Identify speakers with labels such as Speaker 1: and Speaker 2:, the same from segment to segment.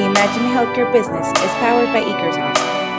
Speaker 1: Imagine Healthcare Business is powered by Ekersoft.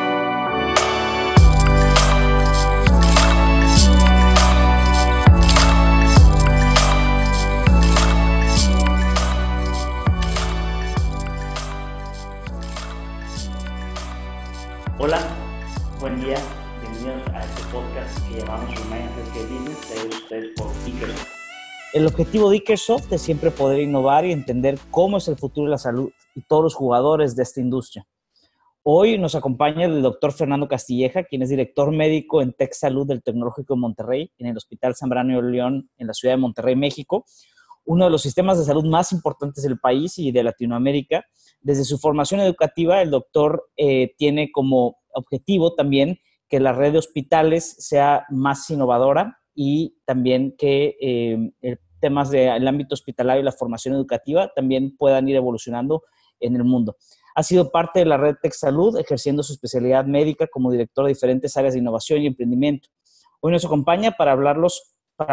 Speaker 2: Hola, buen día, bienvenidos a este podcast que llamamos Imagine Healthcare Business, traído ustedes por Ekersoft. El objetivo de Ekersoft es siempre poder innovar y entender cómo es el futuro de la salud y todos los jugadores de esta industria. Hoy nos acompaña el doctor Fernando Castilleja, quien es director médico en Tech Salud del Tecnológico de Monterrey, en el Hospital Zambrano de León, en la ciudad de Monterrey, México, uno de los sistemas de salud más importantes del país y de Latinoamérica. Desde su formación educativa, el doctor tiene como objetivo también que la red de hospitales sea más innovadora y también que temas del ámbito hospitalario y la formación educativa también puedan ir evolucionando en el mundo. Ha sido parte de la red Tech Salud, ejerciendo su especialidad médica como director de diferentes áreas de innovación y emprendimiento. Hoy nos acompaña para hablarnos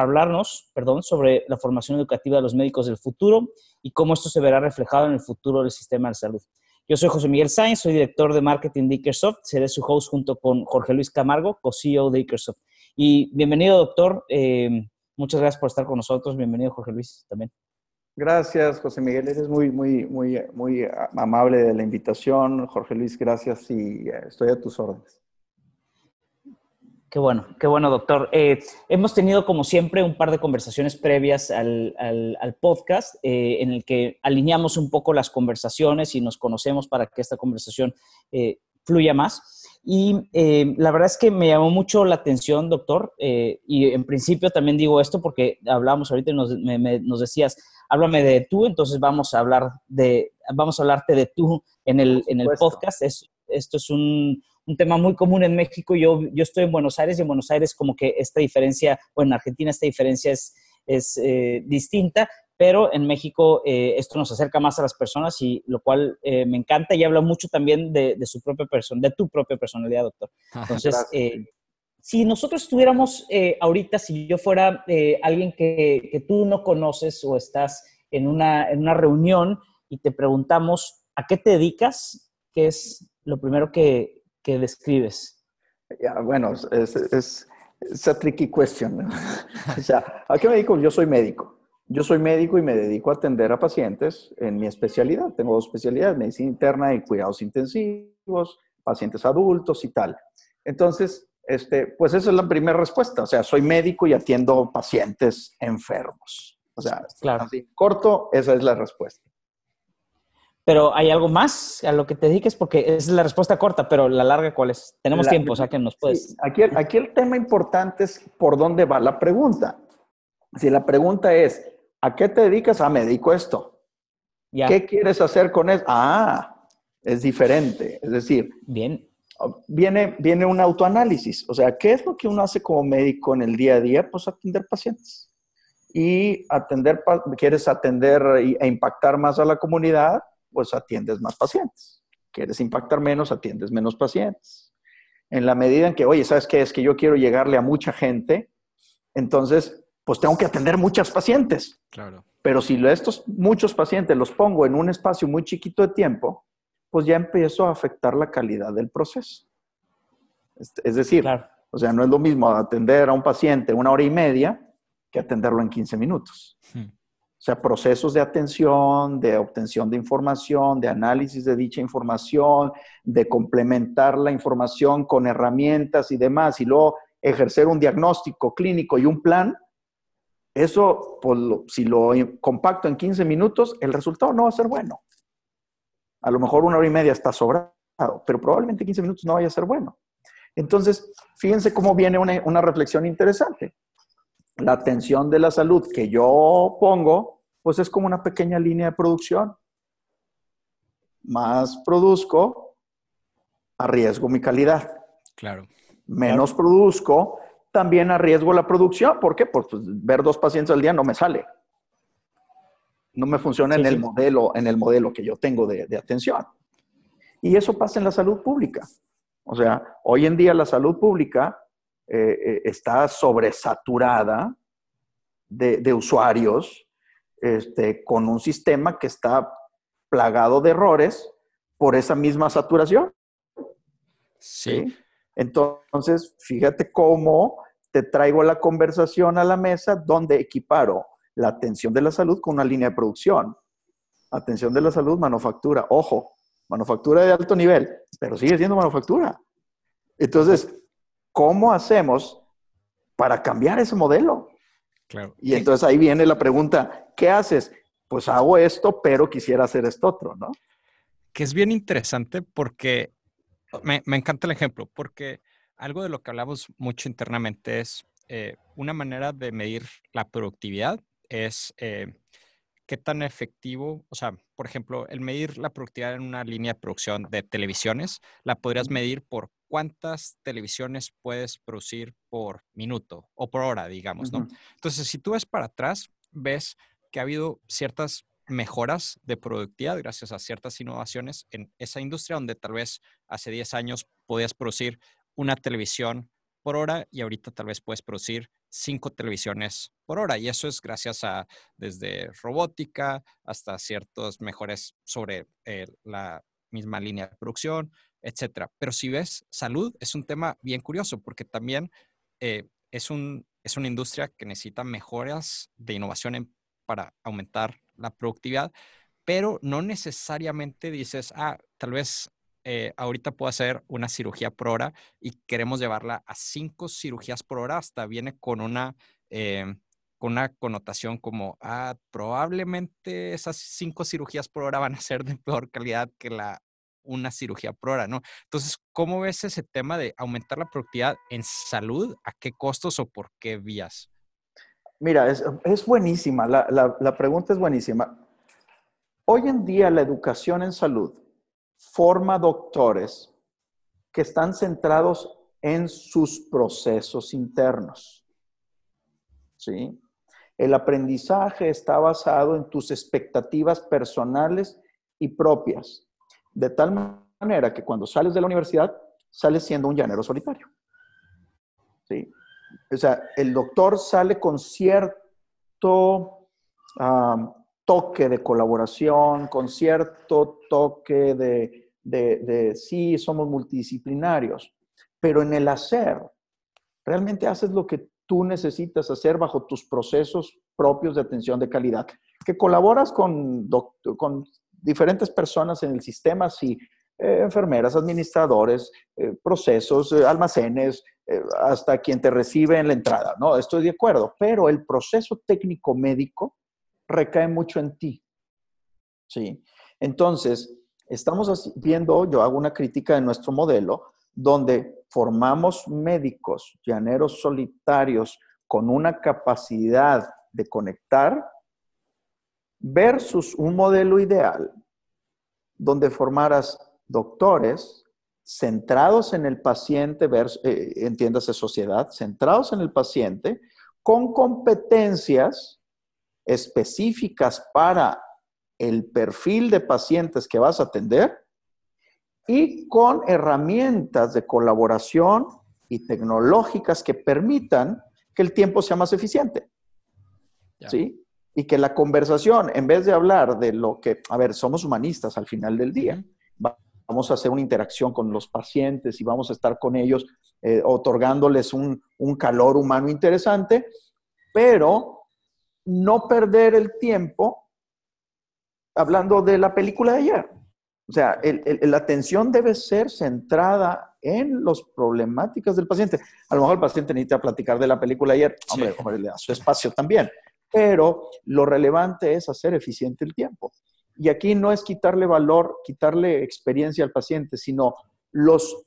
Speaker 2: sobre la formación educativa de los médicos del futuro y cómo esto se verá reflejado en el futuro del sistema de salud. Yo soy José Miguel Sáenz, soy director de marketing de Ekersoft, seré su host junto con Jorge Luis Camargo, co-CEO de Ekersoft. Y bienvenido, doctor. Muchas gracias por estar con nosotros. Bienvenido, Jorge Luis, también.
Speaker 3: Gracias, José Miguel. Eres muy amable de la invitación. Jorge Luis, gracias y estoy a tus órdenes.
Speaker 2: Qué bueno, doctor. Hemos tenido, como siempre, un par de conversaciones previas al podcast en el que alineamos un poco las conversaciones y nos conocemos para que esta conversación fluya más. Y la verdad es que me llamó mucho la atención, doctor, y en principio también digo esto porque hablábamos ahorita y nos decías, háblame de tú, entonces vamos a hablarte de tú en el podcast. Esto es un tema muy común en México. Yo estoy en Buenos Aires y en Buenos Aires como que esta diferencia, o en Argentina esta diferencia es distinta, pero en México esto nos acerca más a las personas y lo cual me encanta y habla mucho también de tu propia personalidad, doctor. Entonces, si nosotros estuviéramos ahorita, si yo fuera alguien que tú no conoces o estás en una reunión y te preguntamos ¿a qué te dedicas? ¿Qué es lo primero que describes?
Speaker 3: Bueno, es a tricky question, ¿no? O sea, ¿a qué me dedico? Yo soy médico. Yo soy médico y me dedico a atender a pacientes en mi especialidad. Tengo dos especialidades, medicina interna y cuidados intensivos, pacientes adultos y tal. Entonces, pues esa es la primera respuesta. O sea, soy médico y atiendo pacientes enfermos. O sea,
Speaker 2: claro.
Speaker 3: Así, corto, esa es la respuesta.
Speaker 2: Pero ¿hay algo más a lo que te dediques? Porque esa es la respuesta corta, pero la larga, ¿cuál es? Tenemos tiempo, o sea que nos puedes...
Speaker 3: Sí, aquí el tema importante es por dónde va la pregunta. Si la pregunta es, ¿a qué te dedicas? Me dedico a esto.
Speaker 2: Ya.
Speaker 3: ¿Qué quieres hacer con eso? Es diferente. Es decir,
Speaker 2: bien,
Speaker 3: viene un autoanálisis. O sea, ¿qué es lo que uno hace como médico en el día a día? Pues atender pacientes. Y quieres atender e impactar más a la comunidad, pues atiendes más pacientes. Quieres impactar menos, atiendes menos pacientes. En la medida en que, oye, ¿sabes qué? Es que yo quiero llegarle a mucha gente, entonces, pues tengo que atender muchos pacientes.
Speaker 4: Claro.
Speaker 3: Pero si estos muchos pacientes los pongo en un espacio muy chiquito de tiempo, pues ya empiezo a afectar la calidad del proceso. Es decir,
Speaker 2: claro.
Speaker 3: O sea, no es lo mismo atender a un paciente 1 hora y media que atenderlo en 15 minutos. O sea, procesos de atención, de obtención de información, de análisis de dicha información, de complementar la información con herramientas y demás, y luego ejercer un diagnóstico clínico y un plan. Eso, pues, si lo compacto en 15 minutos, el resultado no va a ser bueno. A lo mejor 1 hora y media está sobrado, pero probablemente 15 minutos no vaya a ser bueno. Entonces, fíjense cómo viene una reflexión interesante. La atención de la salud que yo pongo, pues es como una pequeña línea de producción. Más produzco, arriesgo mi calidad.
Speaker 4: Claro.
Speaker 3: Menos produzco, también arriesgo la producción. ¿Por qué? Pues ver 2 pacientes al día no me sale. No me funciona en el modelo que yo tengo de atención. Y eso pasa en la salud pública. O sea, hoy en día la salud pública está sobresaturada de usuarios con un sistema que está plagado de errores por esa misma saturación.
Speaker 4: Sí.
Speaker 3: ¿Sí? Entonces, fíjate cómo te traigo la conversación a la mesa donde equiparo la atención de la salud con una línea de producción. Atención de la salud, manufactura. Ojo, manufactura de alto nivel, pero sigue siendo manufactura. Entonces, ¿cómo hacemos para cambiar ese modelo?
Speaker 4: Claro.
Speaker 3: Y entonces ahí viene la pregunta, ¿qué haces? Pues hago esto, pero quisiera hacer esto otro, ¿no?
Speaker 4: Que es bien interesante porque me encanta el ejemplo, porque algo de lo que hablamos mucho internamente es una manera de medir la productividad es qué tan efectivo, o sea, por ejemplo, el medir la productividad en una línea de producción de televisiones, la podrías medir por cuántas televisiones puedes producir por minuto o por hora, digamos, ¿no? Entonces, si tú ves para atrás, ves que ha habido ciertas mejoras de productividad gracias a ciertas innovaciones en esa industria donde tal vez hace 10 años podías producir una televisión por hora y ahorita tal vez puedes producir 5 televisiones por hora. Y eso es gracias a desde robótica hasta ciertos mejores sobre la misma línea de producción, etcétera. Pero si ves salud, es un tema bien curioso porque también es una industria que necesita mejoras de innovación para aumentar la productividad, pero no necesariamente dices, tal vez ahorita puedo hacer una cirugía por hora y queremos llevarla a 5 cirugías por hora, hasta viene con una connotación como, probablemente esas 5 cirugías por hora van a ser de peor calidad que una cirugía por hora, ¿no? Entonces, ¿cómo ves ese tema de aumentar la productividad en salud? ¿A qué costos o por qué vías?
Speaker 3: Mira, es buenísima, la pregunta es buenísima. Hoy en día la educación en salud forma doctores que están centrados en sus procesos internos. ¿Sí? El aprendizaje está basado en tus expectativas personales y propias, de tal manera que cuando sales de la universidad, sales siendo un llanero solitario. ¿Sí? O sea, el doctor sale con cierto toque de colaboración, con cierto toque de sí, somos multidisciplinarios, pero en el hacer, realmente haces lo que tú necesitas hacer bajo tus procesos propios de atención de calidad, que colaboras con diferentes personas en el sistema, sí, enfermeras, administradores, procesos, almacenes, hasta quien te recibe en la entrada, ¿no? Estoy de acuerdo, pero el proceso técnico médico recae mucho en ti, ¿sí? Entonces, estamos viendo, yo hago una crítica de nuestro modelo, donde formamos médicos, llaneros solitarios, con una capacidad de conectar, versus un modelo ideal, donde formaras doctores centrados en el paciente, entiéndase sociedad, centrados en el paciente, con competencias específicas para el perfil de pacientes que vas a atender y con herramientas de colaboración y tecnológicas que permitan que el tiempo sea más eficiente. ¿Sí? Y que la conversación, en vez de hablar de lo que, somos humanistas al final del día, vamos a hacer una interacción con los pacientes y vamos a estar con ellos otorgándoles un calor humano interesante, pero no perder el tiempo hablando de la película de ayer. O sea, la atención debe ser centrada en las problemáticas del paciente. A lo mejor el paciente necesita platicar de la película de ayer. Hombre, le da su espacio también. Pero lo relevante es hacer eficiente el tiempo. Y aquí no es quitarle valor, quitarle experiencia al paciente, sino los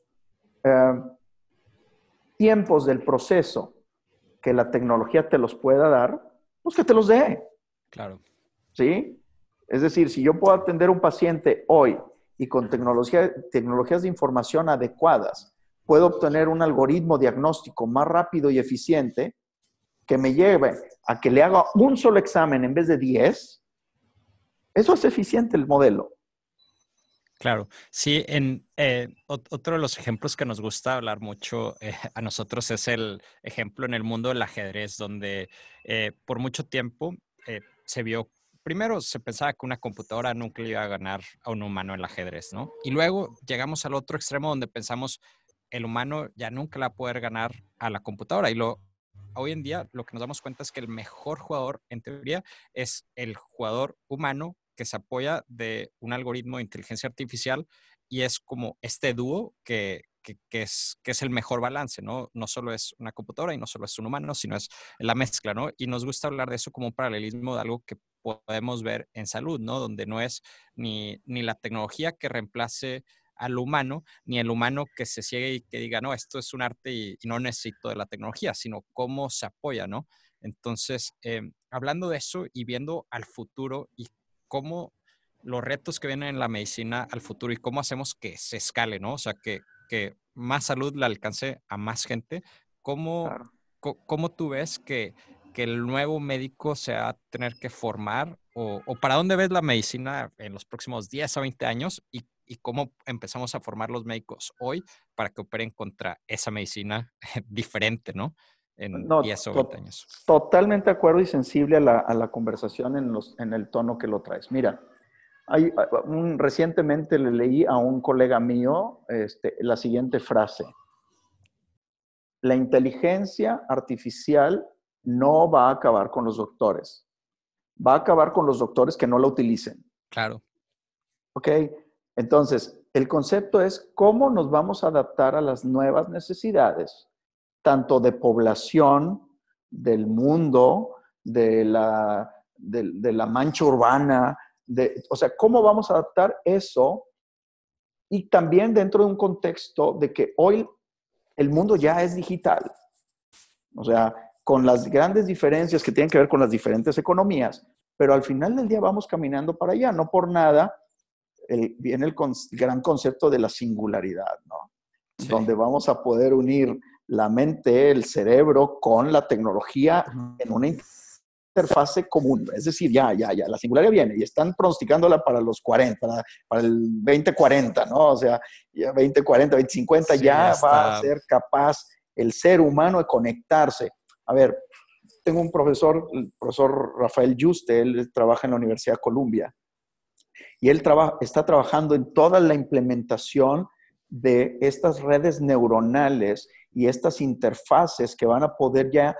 Speaker 3: tiempos del proceso que la tecnología te los pueda dar, pues que te los dé.
Speaker 4: Claro.
Speaker 3: ¿Sí? Es decir, si yo puedo atender a un paciente hoy y con tecnologías de información adecuadas, puedo obtener un algoritmo diagnóstico más rápido y eficiente que me lleve a que le haga un solo examen en vez de 10, eso es eficiente el modelo.
Speaker 4: Claro, sí, otro de los ejemplos que nos gusta hablar mucho a nosotros es el ejemplo en el mundo del ajedrez, donde por mucho tiempo se vio primero se pensaba que una computadora nunca le iba a ganar a un humano en el ajedrez, ¿no? Y luego llegamos al otro extremo donde pensamos el humano ya nunca le va a poder ganar a la computadora. Hoy en día lo que nos damos cuenta es que el mejor jugador, en teoría, es el jugador humano que se apoya de un algoritmo de inteligencia artificial y es como este dúo que es el mejor balance, ¿no? No solo es una computadora y no solo es un humano, sino es la mezcla, ¿no? Y nos gusta hablar de eso como un paralelismo de algo que podemos ver en salud, ¿no? Donde no es ni la tecnología que reemplace al humano, ni el humano que se ciegue y que diga, no, esto es un arte y no necesito de la tecnología, sino cómo se apoya, ¿no? Entonces, hablando de eso y viendo al futuro y cómo los retos que vienen en la medicina al futuro y cómo hacemos que se escale, ¿no? O sea, que más salud le alcance a más gente, ¿cómo,
Speaker 3: Claro.
Speaker 4: cómo tú ves que el nuevo médico se va a tener que formar o para dónde ves la medicina en los próximos 10 a 20 años y cómo empezamos a formar los médicos hoy para que operen contra esa medicina diferente, ¿no? En
Speaker 3: No,
Speaker 4: 10 o 20 años.
Speaker 3: totalmente de acuerdo y sensible a la conversación en el tono que lo traes. Mira, recientemente le leí a un colega mío la siguiente frase. La inteligencia artificial no va a acabar con los doctores. Va a acabar con los doctores que no la utilicen.
Speaker 4: Claro.
Speaker 3: ¿Ok? Entonces, el concepto es cómo nos vamos a adaptar a las nuevas necesidades, tanto de población, del mundo, de la mancha urbana, o sea, cómo vamos a adaptar eso y también dentro de un contexto de que hoy el mundo ya es digital. O sea, con las grandes diferencias que tienen que ver con las diferentes economías, pero al final del día vamos caminando para allá. No por nada viene el gran concepto de la singularidad, ¿no? Sí. Donde vamos a poder unir la mente, el cerebro con la tecnología en una interfase común. Es decir, ya, la singularidad viene y están pronosticándola para los 40, para el 2040, ¿no? O sea, ya 2040, 2050 sí, ya va a ser capaz el ser humano de conectarse. A ver, tengo un profesor, el profesor Rafael Yuste, él trabaja en la Universidad de Columbia y él está trabajando en toda la implementación de estas redes neuronales y estas interfaces que van a poder ya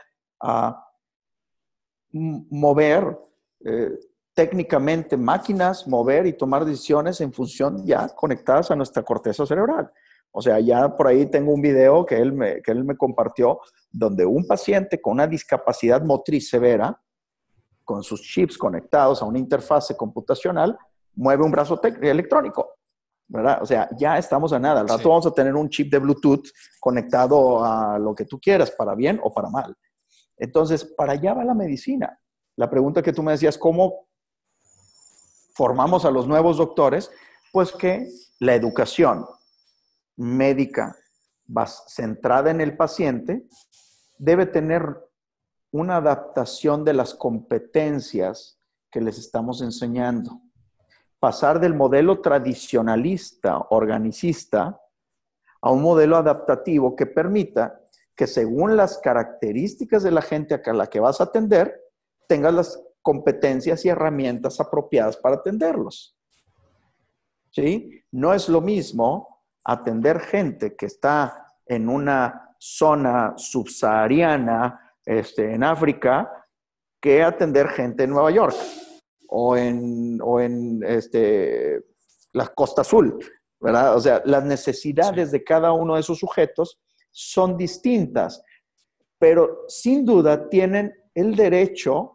Speaker 3: mover técnicamente máquinas, mover y tomar decisiones en función ya conectadas a nuestra corteza cerebral. O sea, ya por ahí tengo un video que él me compartió donde un paciente con una discapacidad motriz severa, con sus chips conectados a una interfase computacional, mueve un brazo electrónico, ¿verdad? O sea, ya estamos a nada. Al rato vamos a tener un chip de Bluetooth conectado a lo que tú quieras, para bien o para mal. Entonces, para allá va la medicina. La pregunta que tú me decías, ¿cómo formamos a los nuevos doctores? Pues que la educación médica centrada en el paciente debe tener una adaptación de las competencias que les estamos enseñando. Pasar del modelo tradicionalista, organicista, a un modelo adaptativo que permita que según las características de la gente a la que vas a atender, tengas las competencias y herramientas apropiadas para atenderlos. ¿Sí? No es lo mismo atender gente que está en una zona subsahariana en África que atender gente en Nueva York o en la Costa Azul, ¿verdad? O sea, las necesidades de cada uno de esos sujetos son distintas, pero sin duda tienen el derecho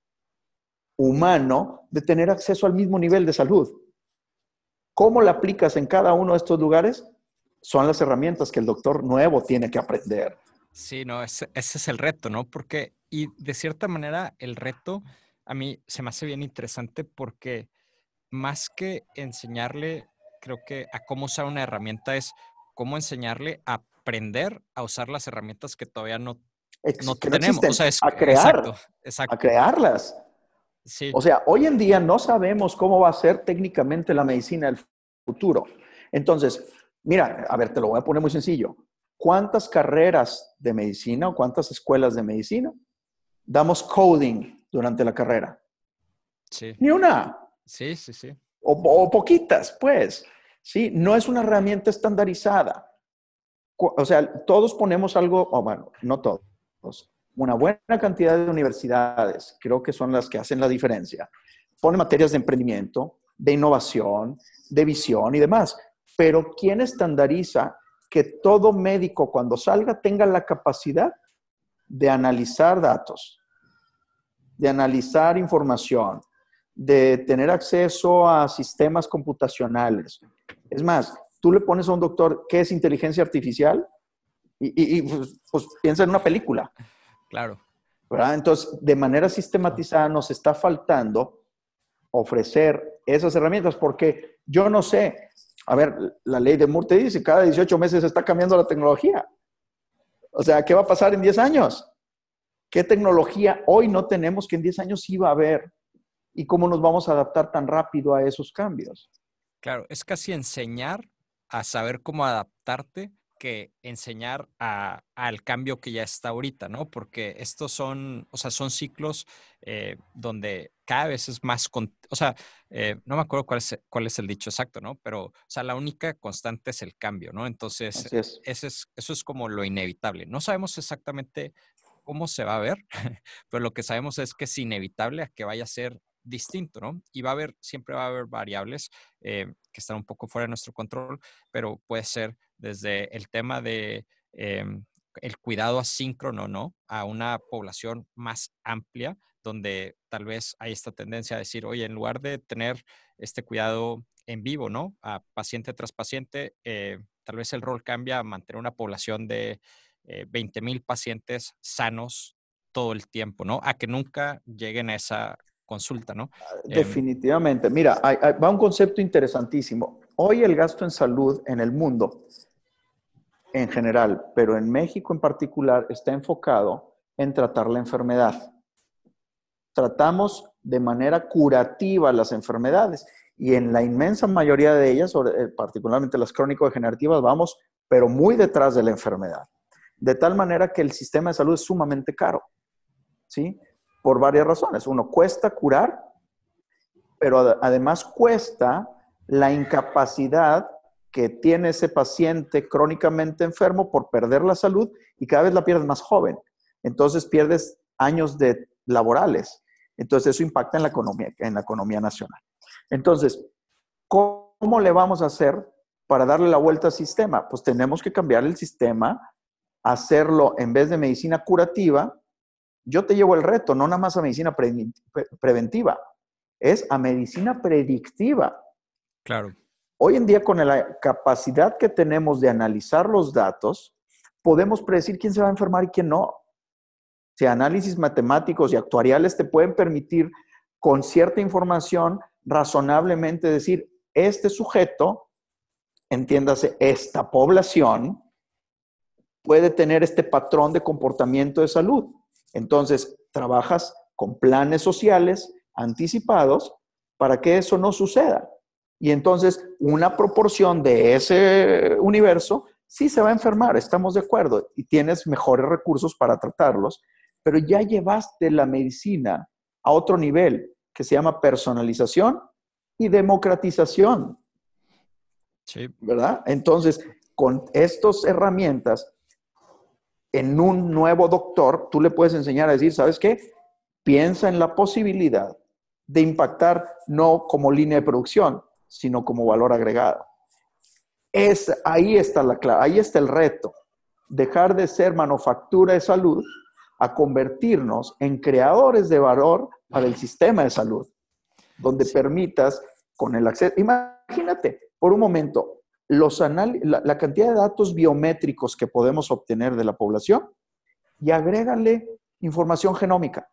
Speaker 3: humano de tener acceso al mismo nivel de salud. ¿Cómo la aplicas en cada uno de estos lugares? Son las herramientas que el doctor nuevo tiene que aprender.
Speaker 4: Sí, no, ese es el reto, ¿no? Porque, y de cierta manera, el reto a mí se me hace bien interesante porque más que enseñarle, creo que a cómo usar una herramienta es cómo enseñarle a aprender a usar las herramientas que todavía no tenemos.
Speaker 3: Existen, o sea, a crear,
Speaker 4: exacto.
Speaker 3: A crearlas.
Speaker 4: Sí.
Speaker 3: O sea, hoy en día no sabemos cómo va a ser técnicamente la medicina del futuro. Entonces, mira, a ver, te lo voy a poner muy sencillo. ¿Cuántas carreras de medicina o cuántas escuelas de medicina damos coding durante la carrera?
Speaker 4: Sí.
Speaker 3: Ni una.
Speaker 4: Sí, sí, sí.
Speaker 3: O poquitas, pues. ¿Sí? No es una herramienta estandarizada. O sea, todos ponemos algo, o bueno, no todos, una buena cantidad de universidades, creo que son las que hacen la diferencia, ponen materias de emprendimiento, de innovación, de visión y demás. Pero ¿quién estandariza que todo médico cuando salga tenga la capacidad de analizar datos, de analizar información, de tener acceso a sistemas computacionales? Es más, tú le pones a un doctor qué es inteligencia artificial y pues piensa en una película,
Speaker 4: Claro.
Speaker 3: ¿verdad? Entonces, de manera sistematizada nos está faltando ofrecer esas herramientas porque yo no sé, a ver, la ley de Moore te dice, cada 18 meses está cambiando la tecnología. O sea, ¿qué va a pasar en 10 años? ¿Qué tecnología hoy no tenemos que en 10 años sí va a haber? ¿Y cómo nos vamos a adaptar tan rápido a esos cambios?
Speaker 4: Claro, es casi enseñar a saber cómo adaptarte que enseñar al cambio que ya está ahorita, ¿no? Porque estos son, o sea, son ciclos donde cada vez es más, o sea, no me acuerdo cuál es el dicho exacto, ¿no? Pero, o sea, la única constante es el cambio, ¿no? Entonces,
Speaker 3: Así es.
Speaker 4: eso es como lo inevitable. No sabemos exactamente cómo se va a ver, pero lo que sabemos es que es inevitable a que vaya a ser distinto, ¿no? Y siempre va a haber variables que están un poco fuera de nuestro control, pero puede ser desde el tema de el cuidado asíncrono, ¿no? A una población más amplia, donde tal vez hay esta tendencia a decir, oye, en lugar de tener este cuidado en vivo, ¿no? A paciente tras paciente, tal vez el rol cambia a mantener una población de 20,000 pacientes sanos todo el tiempo, ¿no? A que nunca lleguen a esa consulta, ¿no?
Speaker 3: Definitivamente. Mira, va un concepto interesantísimo. Hoy el gasto en salud en el mundo en general, pero en México en particular, está enfocado en tratar la enfermedad. Tratamos de manera curativa las enfermedades y en la inmensa mayoría de ellas, particularmente las crónico-degenerativas, vamos, pero muy detrás de la enfermedad. De tal manera que el sistema de salud es sumamente caro, ¿sí? Por varias razones. Uno, cuesta curar, pero además cuesta la incapacidad que tiene ese paciente crónicamente enfermo por perder la salud y cada vez la pierdes más joven. Entonces pierdes años laborales. Entonces eso impacta en la economía nacional. Entonces, ¿cómo le vamos a hacer para darle la vuelta al sistema? Pues tenemos que cambiar el sistema, hacerlo en vez de medicina curativa. Yo te llevo el reto, no nada más a medicina preventiva, es a medicina predictiva.
Speaker 4: Claro.
Speaker 3: Hoy en día, con la capacidad que tenemos de analizar los datos, podemos predecir quién se va a enfermar y quién no. O sea, análisis matemáticos y actuariales te pueden permitir, con cierta información, razonablemente decir, este sujeto, entiéndase, esta población, puede tener este patrón de comportamiento de salud. Entonces, trabajas con planes sociales anticipados para que eso no suceda. Y entonces, una proporción de ese universo sí se va a enfermar, estamos de acuerdo, y tienes mejores recursos para tratarlos, pero ya llevaste la medicina a otro nivel que se llama personalización y democratización.
Speaker 4: Sí.
Speaker 3: ¿Verdad? Entonces, con estas herramientas, en un nuevo doctor, tú le puedes enseñar a decir, ¿sabes qué? Piensa en la posibilidad de impactar no como línea de producción, sino como valor agregado. Ahí está la clave, ahí está el reto. Dejar de ser manufactura de salud a convertirnos en creadores de valor para el sistema de salud, donde permitas con el acceso. Imagínate, por un momento, la cantidad de datos biométricos que podemos obtener de la población y agrégale información genómica.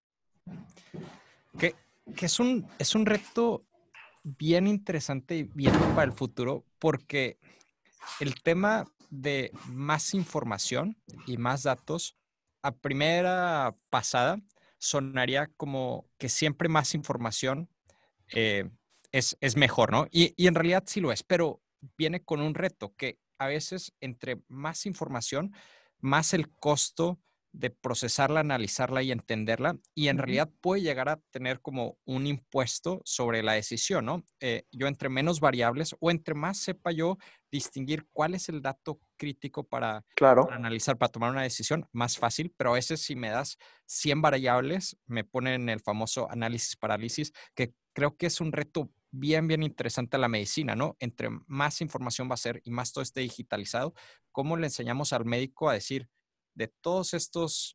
Speaker 4: Que es un reto bien interesante y bien para el futuro, porque el tema de más información y más datos, a primera pasada, sonaría como que siempre más información es mejor, ¿no? Y en realidad sí lo es, pero viene con un reto que a veces entre más información, más el costo de procesarla, analizarla y entenderla, y en realidad puede llegar a tener como un impuesto sobre la decisión, ¿no? Yo entre menos variables o entre más sepa yo distinguir cuál es el dato crítico para
Speaker 3: Claro.
Speaker 4: analizar, para tomar una decisión, más fácil, pero a veces si me das 100 variables, me ponen el famoso análisis parálisis, que creo que es un reto bien, bien interesante a la medicina, ¿no? Entre más información va a ser y más todo esté digitalizado, ¿cómo le enseñamos al médico a decir, de todos estos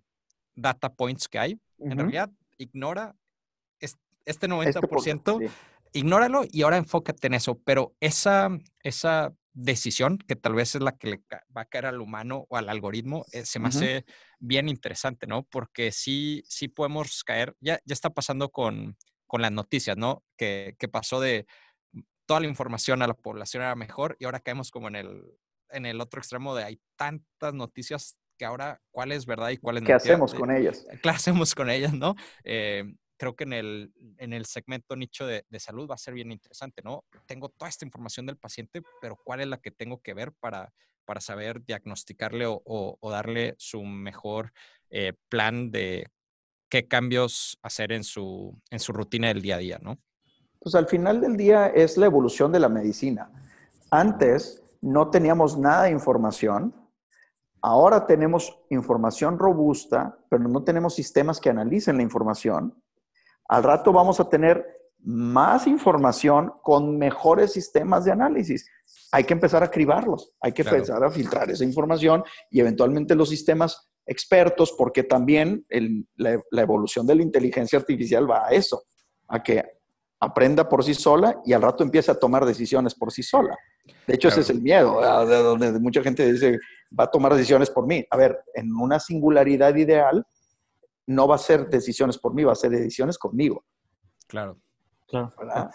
Speaker 4: data points que hay, en realidad ignora este 90%,
Speaker 3: Sí.
Speaker 4: ignóralo y ahora enfócate en eso. Pero esa decisión, que tal vez es la que le va a caer al humano o al algoritmo, se me hace bien interesante, ¿no? Porque sí podemos caer, ya está pasando con las noticias, ¿no? Que pasó de toda la información a la población era mejor y ahora caemos como en el otro extremo de hay tantas noticias que ahora cuál es verdad y cuál es
Speaker 3: ¿Qué
Speaker 4: mentira.
Speaker 3: hacemos con ellas?
Speaker 4: ¿Qué hacemos con ellas, no? Creo que en el segmento nicho de salud va a ser bien interesante, ¿no? Tengo toda esta información del paciente, pero ¿cuál es la que tengo que ver para saber diagnosticarle o darle su mejor plan de qué cambios hacer en su rutina del día a día, ¿no?
Speaker 3: Pues al final del día es la evolución de la medicina. Antes no teníamos nada de información. Ahora tenemos información robusta, pero no tenemos sistemas que analicen la información. Al rato vamos a tener más información con mejores sistemas de análisis. Hay que empezar a cribarlos, hay que empezar a filtrar esa información y eventualmente los sistemas expertos, porque también la evolución de la inteligencia artificial va a eso, a que aprenda por sí sola y al rato empiece a tomar decisiones por sí sola. De hecho, ese es el miedo, de donde mucha gente dice, va a tomar decisiones por mí. A ver, en una singularidad ideal, no va a ser decisiones por mí, va a ser decisiones conmigo.
Speaker 4: Claro.
Speaker 3: ¿Verdad?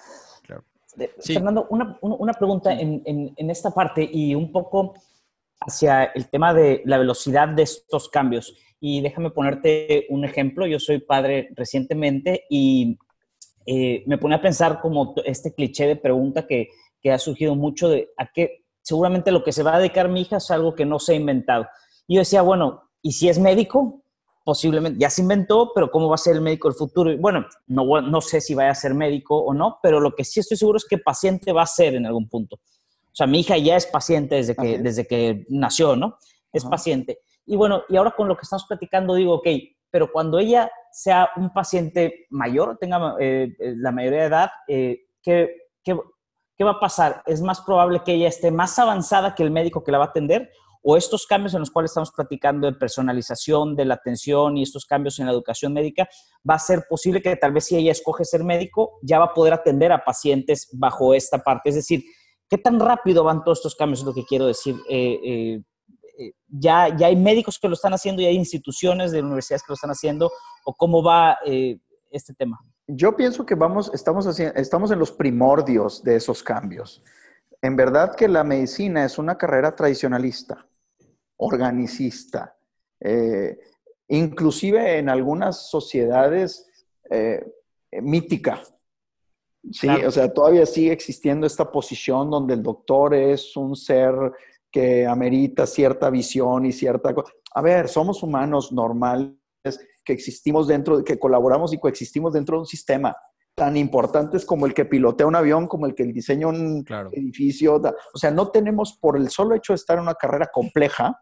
Speaker 4: Sí.
Speaker 1: Fernando, una pregunta en esta parte y un poco hacia el tema de la velocidad de estos cambios. Y déjame ponerte un ejemplo. Yo soy padre recientemente y me pone a pensar como este cliché de pregunta que ha surgido mucho de a qué seguramente lo que se va a dedicar mi hija es algo que no se ha inventado. Y yo decía, bueno, ¿y si es médico? Posiblemente ya se inventó, pero ¿cómo va a ser el médico del futuro? Y bueno, no sé si vaya a ser médico o no, pero lo que sí estoy seguro es que paciente va a ser en algún punto. O sea, mi hija ya es paciente desde que nació, ¿no? Es paciente. Y bueno, y ahora con lo que estamos platicando digo, ok, pero cuando ella sea un paciente mayor, tenga la mayoría de edad, ¿qué va a pasar? ¿Es más probable que ella esté más avanzada que el médico que la va a atender? ¿O estos cambios en los cuales estamos platicando de personalización de la atención y estos cambios en la educación médica, va a ser posible que tal vez si ella escoge ser médico, ya va a poder atender a pacientes bajo esta parte? Es decir, ¿qué tan rápido van todos estos cambios? Es lo que quiero decir. ¿Ya hay médicos que lo están haciendo y hay instituciones de universidades que lo están haciendo? ¿O cómo va este tema?
Speaker 3: Yo pienso que estamos en los primordios de esos cambios. En verdad que la medicina es una carrera tradicionalista, organicista, inclusive en algunas sociedades mítica. Sí, claro. O sea, todavía sigue existiendo esta posición donde el doctor es un ser que amerita cierta visión y cierta cosa. A ver, somos humanos normales que existimos que colaboramos y coexistimos dentro de un sistema tan importantes como el que pilotea un avión, como el que diseña un edificio. O sea, no tenemos, por el solo hecho de estar en una carrera compleja,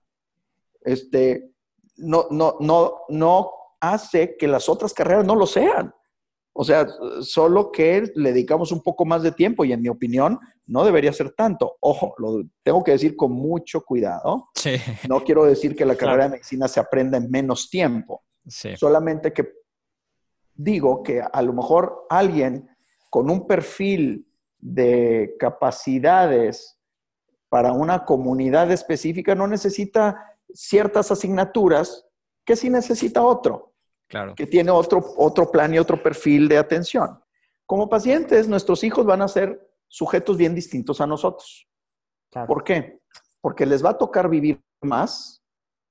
Speaker 3: no hace que las otras carreras no lo sean. O sea, solo que le dedicamos un poco más de tiempo y en mi opinión no debería ser tanto. Ojo, lo tengo que decir con mucho cuidado.
Speaker 4: Sí.
Speaker 3: No quiero decir que la carrera de medicina se aprenda en menos tiempo.
Speaker 4: Sí.
Speaker 3: Solamente que digo que a lo mejor alguien con un perfil de capacidades para una comunidad específica no necesita ciertas asignaturas que sí necesita otro.
Speaker 4: Claro.
Speaker 3: Que tiene otro plan y otro perfil de atención. Como pacientes, nuestros hijos van a ser sujetos bien distintos a nosotros. Claro. ¿Por qué? Porque les va a tocar vivir más.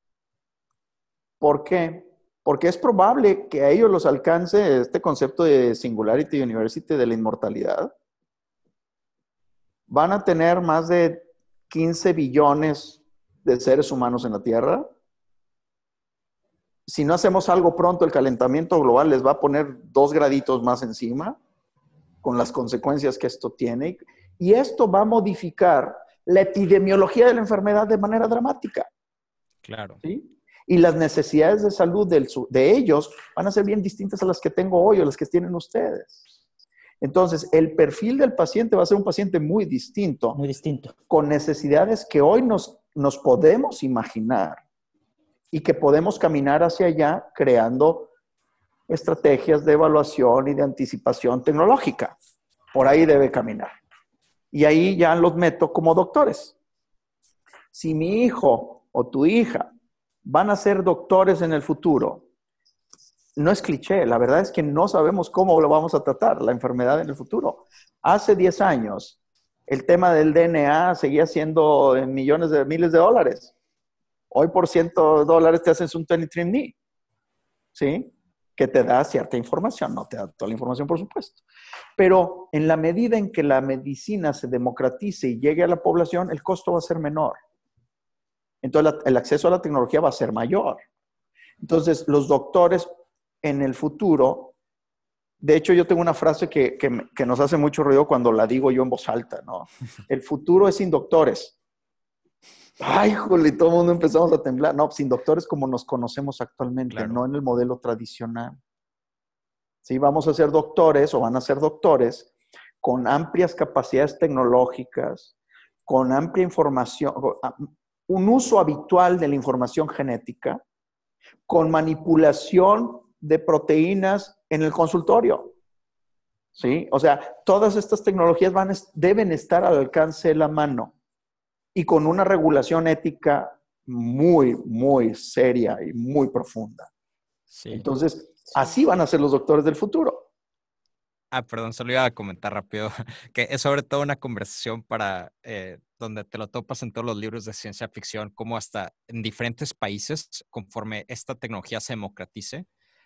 Speaker 3: ¿Por qué? Porque es probable que a ellos los alcance este concepto de Singularity University, de la inmortalidad. Van a tener más de 15 billones de seres humanos en la Tierra. si no hacemos algo pronto, el calentamiento global les va a poner 2 graditos más encima, con las consecuencias que esto tiene. Y esto va a modificar la epidemiología de la enfermedad de manera dramática.
Speaker 4: Claro.
Speaker 3: ¿Sí? Y las necesidades de salud de ellos van a ser bien distintas a las que tengo hoy o las que tienen ustedes. Entonces, el perfil del paciente va a ser un paciente muy distinto.
Speaker 1: Muy distinto.
Speaker 3: Con necesidades que hoy nos podemos imaginar y que podemos caminar hacia allá creando estrategias de evaluación y de anticipación tecnológica. Por ahí debe caminar. Y ahí ya los meto como doctores. Si mi hijo o tu hija van a ser doctores en el futuro, no es cliché, la verdad es que no sabemos cómo lo vamos a tratar, la enfermedad en el futuro. Hace 10 años, el tema del DNA seguía siendo en miles de dólares. Hoy por $100 te haces un 23andMe, ¿sí? Que te da cierta información, no te da toda la información, por supuesto. Pero en la medida en que la medicina se democratice y llegue a la población, el costo va a ser menor. Entonces, el acceso a la tecnología va a ser mayor. Entonces, los doctores en el futuro, de hecho, yo tengo una frase que nos hace mucho ruido cuando la digo yo en voz alta, ¿no? El futuro es sin doctores. Ay, jole, todo el mundo empezamos a temblar. No, sin doctores como nos conocemos actualmente, claro. No en el modelo tradicional. Sí, vamos a ser doctores o van a ser doctores con amplias capacidades tecnológicas, con amplia información, un uso habitual de la información genética, con manipulación de proteínas en el consultorio. ¿Sí? O sea, todas estas tecnologías deben estar al alcance de la mano y con una regulación ética muy, muy seria y muy profunda. Sí. Entonces, así van a ser los doctores del futuro.
Speaker 4: Perdón, solo iba a comentar rápido que es sobre todo una conversación para donde te lo topas en todos los libros de ciencia ficción, como hasta en diferentes países, conforme esta tecnología se democratice,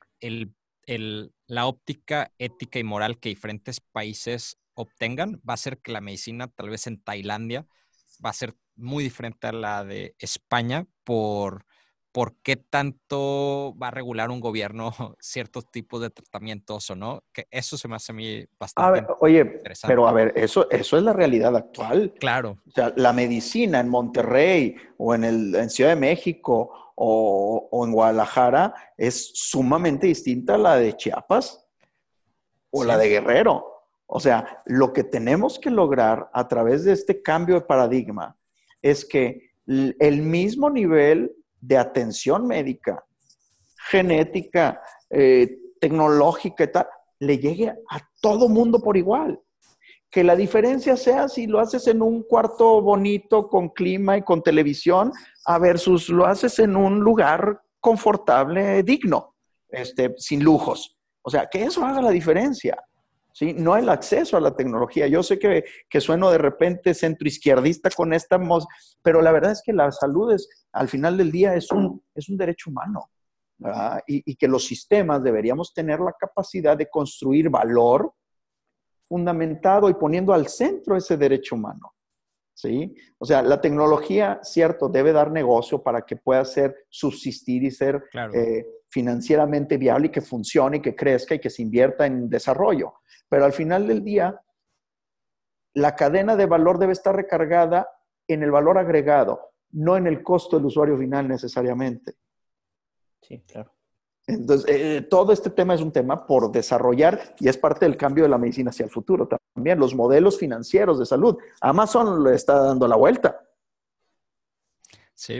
Speaker 4: la óptica ética y moral que diferentes países obtengan va a hacer que la medicina, tal vez en Tailandia, va a ser muy diferente a la de España por qué tanto va a regular un gobierno ciertos tipos de tratamientos o no. Que eso se me hace a mí bastante interesante.
Speaker 3: Pero a ver, eso es la realidad actual.
Speaker 4: Claro.
Speaker 3: O sea, la medicina en Monterrey o en Ciudad de México o en Guadalajara es sumamente distinta a la de Chiapas o la de Guerrero. O sea, lo que tenemos que lograr a través de este cambio de paradigma es que el mismo nivel de atención médica, genética, tecnológica y tal, le llegue a todo mundo por igual. Que la diferencia sea si lo haces en un cuarto bonito con clima y con televisión versus lo haces en un lugar confortable, digno, sin lujos. O sea, que eso haga la diferencia. ¿Sí? No el acceso a la tecnología. Yo sé que sueno de repente centroizquierdista con esta, pero la verdad es que la salud al final del día es un derecho humano, ¿verdad? Y que los sistemas deberíamos tener la capacidad de construir valor fundamentado y poniendo al centro ese derecho humano. ¿Sí? O sea, la tecnología, cierto, debe dar negocio para que pueda subsistir y ser claro. Financieramente viable y que funcione y que crezca y que se invierta en desarrollo. Pero al final del día, la cadena de valor debe estar recargada en el valor agregado, no en el costo del usuario final necesariamente.
Speaker 1: Sí, claro.
Speaker 3: Entonces, todo este tema es un tema por desarrollar y es parte del cambio de la medicina hacia el futuro también. Los modelos financieros de salud. Amazon le está dando la vuelta.
Speaker 4: Sí.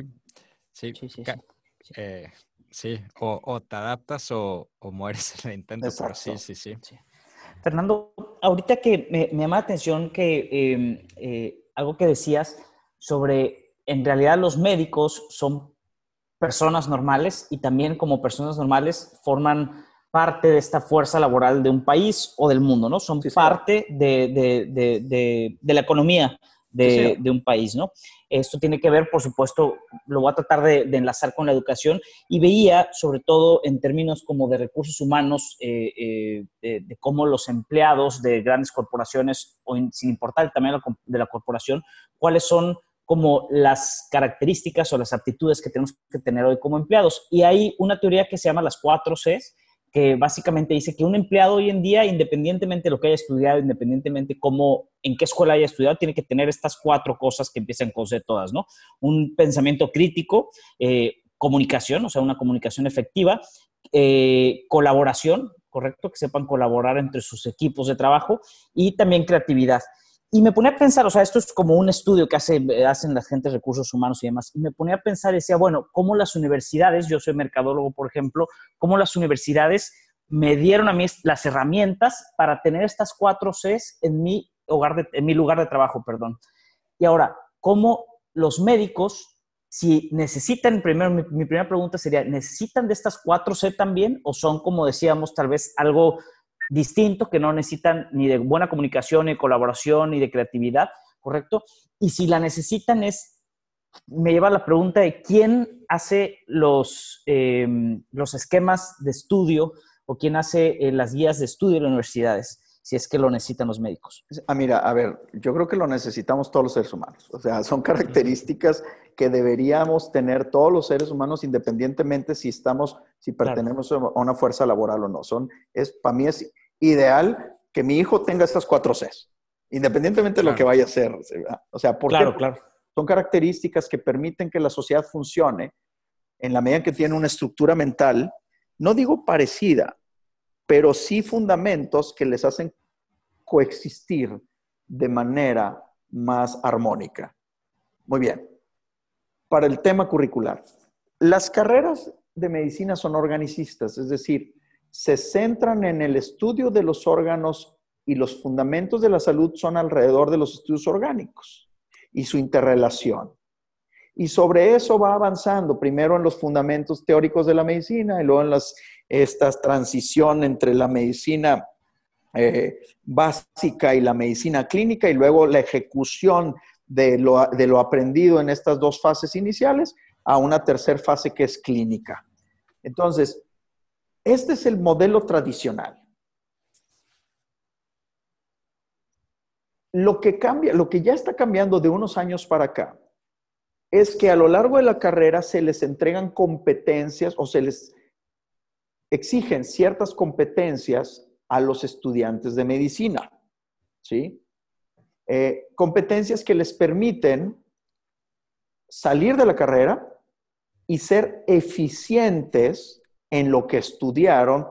Speaker 4: Sí, o te adaptas o mueres en el intento.
Speaker 3: Exacto.
Speaker 4: Pero sí.
Speaker 1: Fernando, ahorita que me llama la atención que algo que decías sobre, en realidad los médicos son personas normales y también como personas normales forman parte de esta fuerza laboral de un país o del mundo, ¿no? Son parte de la economía de un país, ¿no? Esto tiene que ver, por supuesto, lo voy a tratar de enlazar con la educación y veía, sobre todo en términos como de recursos humanos, de cómo los empleados de grandes corporaciones, o sin importar el tamaño de la corporación, cuáles son como las características o las aptitudes que tenemos que tener hoy como empleados. Y hay una teoría que se llama las 4 Cs, que básicamente dice que un empleado hoy en día, independientemente de lo que haya estudiado, independientemente en qué escuela haya estudiado, tiene que tener estas 4 cosas que empiezan con C todas, ¿no? Un pensamiento crítico, comunicación, o sea, una comunicación efectiva, colaboración, correcto, que sepan colaborar entre sus equipos de trabajo, y también creatividad. Y me ponía a pensar, o sea, esto es como un estudio que hacen las gentes de recursos humanos y demás, y me ponía a pensar y decía, bueno, ¿cómo las universidades, yo soy mercadólogo, por ejemplo, cómo las universidades me dieron a mí las herramientas para tener estas 4 Cs en mi lugar de trabajo, perdón? Y ahora, ¿cómo los médicos, si necesitan, primero, mi primera pregunta sería, ¿necesitan de estas 4 C también? ¿O son, como decíamos, tal vez algo distinto, que no necesitan ni de buena comunicación, ni de colaboración, ni de creatividad, ¿correcto? Y si la necesitan me lleva a la pregunta de quién hace los esquemas de estudio o quién hace las guías de estudio en las universidades, si es que lo necesitan los médicos.
Speaker 3: Mira, a ver, yo creo que lo necesitamos todos los seres humanos. O sea, son características que deberíamos tener todos los seres humanos independientemente si pertenecemos a una fuerza laboral o no. Para mí es ideal que mi hijo tenga estas 4 Cs, independientemente de lo que vaya a hacer. O sea, ¿por qué? Porque son características que permiten que la sociedad funcione en la medida en que tiene una estructura mental, no digo parecida, pero sí fundamentos que les hacen coexistir de manera más armónica. Muy bien. Para el tema curricular, las carreras de medicina son organicistas, es decir, se centran en el estudio de los órganos y los fundamentos de la salud son alrededor de los estudios orgánicos y su interrelación. Y sobre eso va avanzando, primero en los fundamentos teóricos de la medicina y luego en esta transición entre la medicina básica y la medicina clínica y luego la ejecución de lo aprendido en estas 2 fases iniciales a una tercera fase que es clínica. Entonces, este es el modelo tradicional. Lo que ya está cambiando de unos años para acá, es que a lo largo de la carrera se les entregan competencias o se les exigen ciertas competencias a los estudiantes de medicina, ¿sí? Competencias que les permiten salir de la carrera y ser eficientes en lo que estudiaron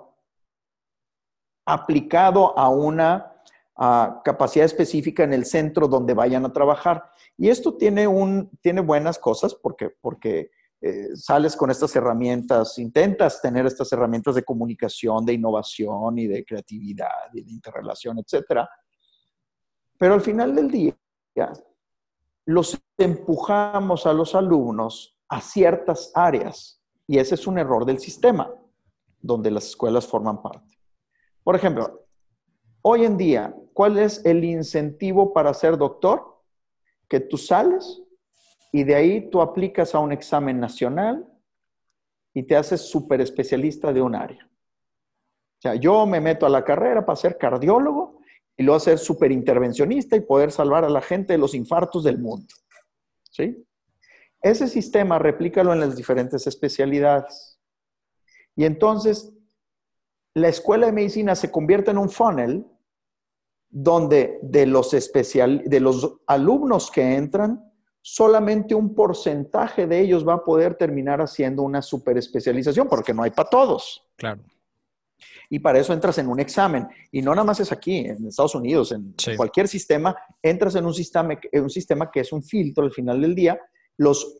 Speaker 3: aplicado a una capacidad específica en el centro donde vayan a trabajar. Y esto tiene buenas cosas porque sales con estas herramientas, intentas tener estas herramientas de comunicación, de innovación y de creatividad y de interrelación, etcétera. Pero al final del día, los empujamos a los alumnos a ciertas áreas y ese es un error del sistema donde las escuelas forman parte. Por ejemplo, hoy en día, ¿cuál es el incentivo para ser doctor? Que tú sales y de ahí tú aplicas a un examen nacional y te haces súper especialista de un área. O sea, yo me meto a la carrera para ser cardiólogo y luego ser súper intervencionista y poder salvar a la gente de los infartos del mundo. ¿Sí? Ese sistema, replícalo en las diferentes especialidades. Y entonces, la escuela de medicina se convierte en un funnel donde de los alumnos que entran, solamente un porcentaje de ellos va a poder terminar haciendo una superespecialización, porque no hay para todos.
Speaker 4: Claro.
Speaker 3: Y para eso entras en un examen. Y no nada más es aquí, en Estados Unidos, en cualquier sistema, entras en un sistema que es un filtro al final del día. Los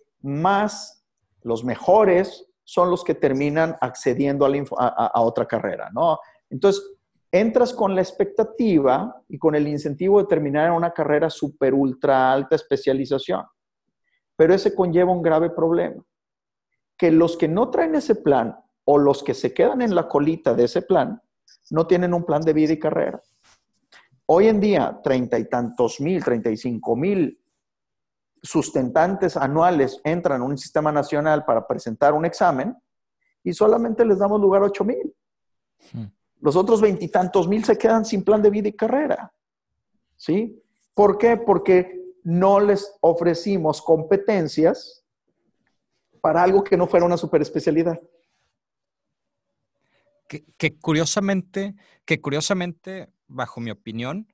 Speaker 3: mejores son los que terminan accediendo a otra carrera, ¿no? Entonces, entras con la expectativa y con el incentivo de terminar en una carrera súper ultra alta especialización. Pero ese conlleva un grave problema. Que los que no traen ese plan o los que se quedan en la colita de ese plan no tienen un plan de vida y carrera. Hoy en día, 30 y tantos mil, 35,000 sustentantes anuales entran a un sistema nacional para presentar un examen y solamente les damos lugar a 8,000. Los otros 20 y tantos mil se quedan sin plan de vida y carrera. ¿Sí? ¿Por qué? Porque no les ofrecimos competencias para algo que no fuera una superespecialidad.
Speaker 4: Que curiosamente, bajo mi opinión,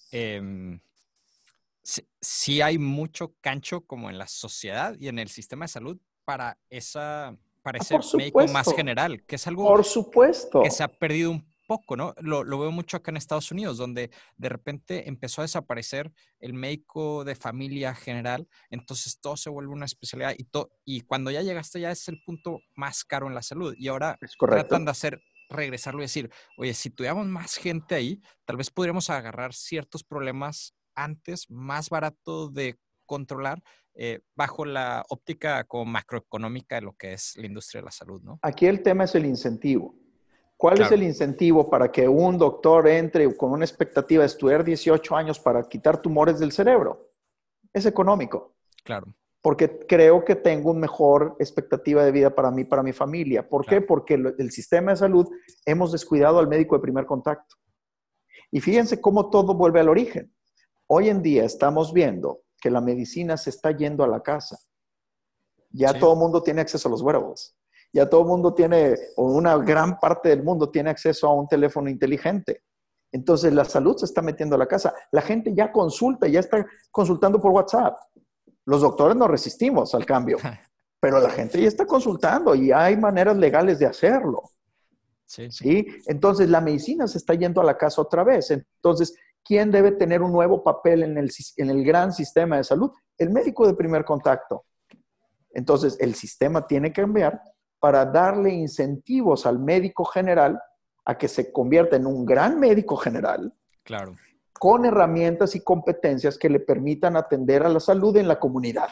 Speaker 4: sí hay mucho cancho como en la sociedad y en el sistema de salud para ese médico más general, que es algo
Speaker 3: por supuesto,
Speaker 4: que se ha perdido un poco, ¿no? Lo veo mucho acá en Estados Unidos, donde de repente empezó a desaparecer el médico de familia general, entonces todo se vuelve una especialidad y cuando ya llegaste ya es el punto más caro en la salud y ahora tratan de regresarlo y decir, oye, si tuviéramos más gente ahí, tal vez podríamos agarrar ciertos problemas antes, más barato de controlar, bajo la óptica como macroeconómica de lo que es la industria de la salud, ¿no?
Speaker 3: Aquí el tema es el incentivo. ¿Cuál es el incentivo para que un doctor entre con una expectativa de estudiar 18 años para quitar tumores del cerebro? Es económico.
Speaker 4: Claro.
Speaker 3: Porque creo que tengo una mejor expectativa de vida para mí, para mi familia. ¿Por qué? Porque el sistema de salud hemos descuidado al médico de primer contacto. Y fíjense cómo todo vuelve al origen. Hoy en día estamos viendo que la medicina se está yendo a la casa. Ya todo el mundo tiene acceso a los wearables. Ya todo el mundo tiene, o una gran parte del mundo tiene acceso a un teléfono inteligente. Entonces la salud se está metiendo a la casa. La gente ya consulta, ya está consultando por WhatsApp. Los doctores no resistimos al cambio, pero la gente ya está consultando y hay maneras legales de hacerlo. ¿Sí? Entonces la medicina se está yendo a la casa otra vez. Entonces, ¿quién debe tener un nuevo papel en el gran sistema de salud? El médico de primer contacto. Entonces, el sistema tiene que cambiar para darle incentivos al médico general a que se convierta en un gran médico general.
Speaker 4: Claro.
Speaker 3: Con herramientas y competencias que le permitan atender a la salud en la comunidad.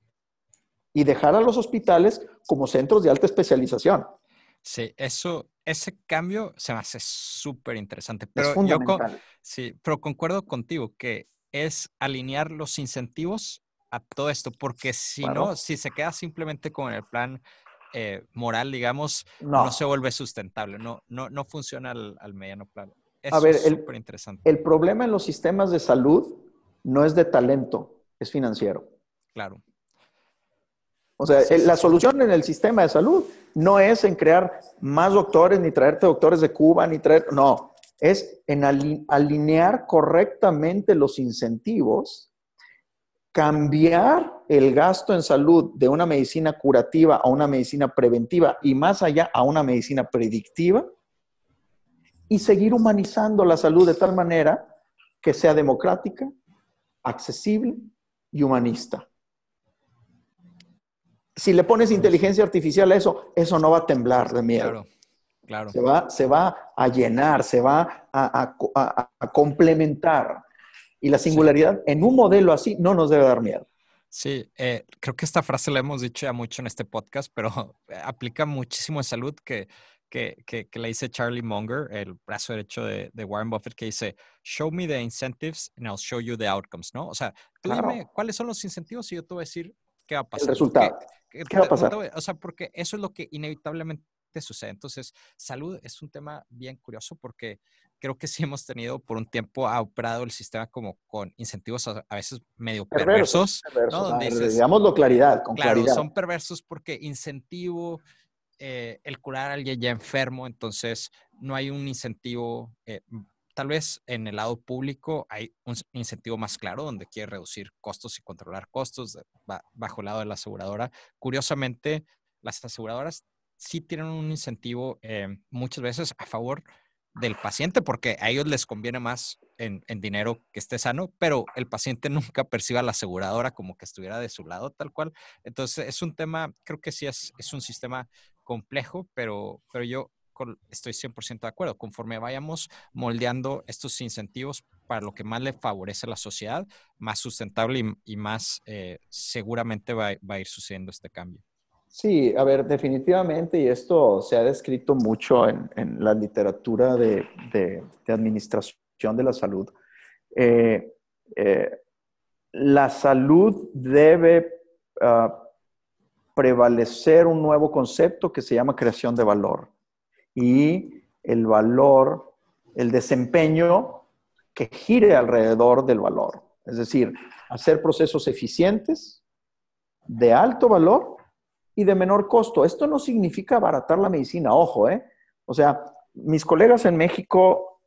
Speaker 3: Y dejar a los hospitales como centros de alta especialización.
Speaker 4: Sí, ese cambio se me hace súper interesante. Pero
Speaker 3: es fundamental.
Speaker 4: Pero concuerdo contigo que es alinear los incentivos a todo esto, porque si no, si se queda simplemente con el plan moral, digamos, no se vuelve sustentable, no funciona al mediano plano. Eso es súper interesante.
Speaker 3: El problema en los sistemas de salud no es de talento, es financiero.
Speaker 4: Claro.
Speaker 3: O sea, la solución en el sistema de salud no es en crear más doctores, ni traerte doctores de Cuba, no. Es en alinear correctamente los incentivos, cambiar el gasto en salud de una medicina curativa a una medicina preventiva y más allá a una medicina predictiva y seguir humanizando la salud de tal manera que sea democrática, accesible y humanista. Si le pones inteligencia artificial a eso no va a temblar de miedo.
Speaker 4: Claro.
Speaker 3: Se va a llenar, se va a complementar. Y la singularidad en un modelo así no nos debe dar miedo.
Speaker 4: Sí, creo que esta frase la hemos dicho ya mucho en este podcast, pero aplica muchísimo en salud que la dice Charlie Munger, el brazo derecho de Warren Buffett, que dice, show me the incentives and I'll show you the outcomes, ¿no? O sea, tú dime cuáles son los incentivos y yo te voy a decir qué va a pasar.
Speaker 3: El resultado. ¿Qué va a pasar?
Speaker 4: O sea, porque eso es lo que inevitablemente sucede. Entonces, salud es un tema bien curioso porque creo que sí hemos tenido por un tiempo, ha operado el sistema como con incentivos a veces medio perversos. ¿No? Donde dices,
Speaker 3: digámoslo claridad.
Speaker 4: Son perversos porque incentivo el curar a alguien ya enfermo, entonces no hay un incentivo. Tal vez en el lado público hay un incentivo más claro donde quiere reducir costos y controlar costos bajo el lado de la aseguradora. Curiosamente, las aseguradoras sí tienen un incentivo muchas veces a favor del paciente porque a ellos les conviene más en dinero que esté sano, pero el paciente nunca percibe a la aseguradora como que estuviera de su lado tal cual. Entonces es un tema, creo que sí es un sistema complejo, pero yo estoy 100% de acuerdo. Conforme vayamos moldeando estos incentivos para lo que más le favorece a la sociedad, más sustentable y más seguramente va a ir sucediendo este cambio.
Speaker 3: Sí, a ver, definitivamente, y esto se ha descrito mucho en la literatura de administración de la salud, la salud debe prevalecer un nuevo concepto que se llama creación de valor. Y el valor, el desempeño que gire alrededor del valor. Es decir, hacer procesos eficientes, de alto valor y de menor costo. Esto no significa abaratar la medicina, ojo, ¿eh? O sea, mis colegas en México,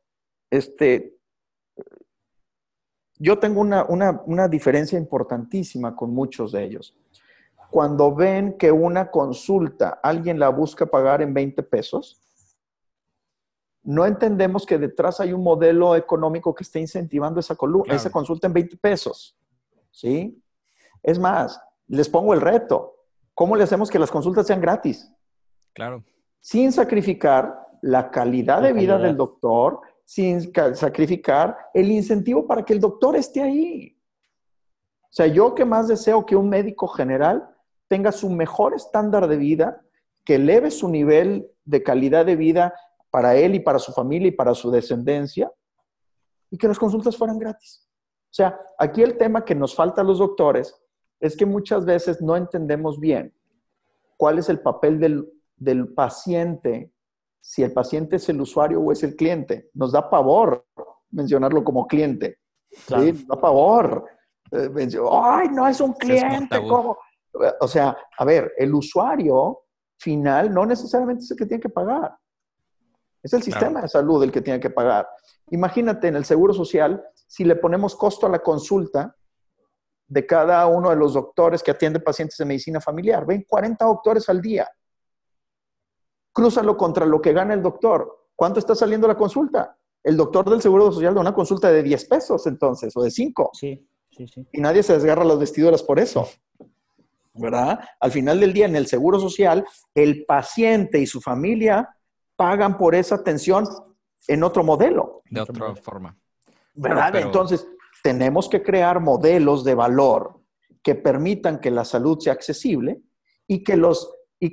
Speaker 3: yo tengo una diferencia importantísima con muchos de ellos. Cuando ven que una consulta alguien la busca pagar en 20 pesos, no entendemos que detrás hay un modelo económico que está incentivando esa consulta en 20 pesos. ¿Sí? Es más, les pongo el reto. ¿Cómo le hacemos que las consultas sean gratis?
Speaker 4: Claro.
Speaker 3: Sin sacrificar la calidad de vida del doctor, sin sacrificar el incentivo para que el doctor esté ahí. O sea, yo que más deseo que un médico general tenga su mejor estándar de vida, que eleve su nivel de calidad de vida para él y para su familia y para su descendencia, y que las consultas fueran gratis. O sea, aquí el tema que nos falta a los doctores es que muchas veces no entendemos bien cuál es el papel del paciente, si el paciente es el usuario o es el cliente. Nos da pavor mencionarlo como cliente. Claro. ¿Sí? Nos da pavor. ¡Ay, no es un cliente! ¿Cómo? O sea, a ver, el usuario final no necesariamente es el que tiene que pagar. Es el sistema de salud el que tiene que pagar. Imagínate en el Seguro Social, si le ponemos costo a la consulta de cada uno de los doctores que atiende pacientes de medicina familiar. Ven 40 doctores al día. Crúzalo contra lo que gana el doctor. ¿Cuánto está saliendo la consulta? El doctor del Seguro Social da una consulta de 10 pesos entonces, o de 5.
Speaker 1: Sí.
Speaker 3: Y nadie se desgarra las vestiduras por eso. ¿Verdad? Al final del día, en el Seguro Social, el paciente y su familia pagan por esa atención en otro modelo.
Speaker 4: De otra forma.
Speaker 3: ¿Verdad? Pero entonces, tenemos que crear modelos de valor que permitan que la salud sea accesible y que los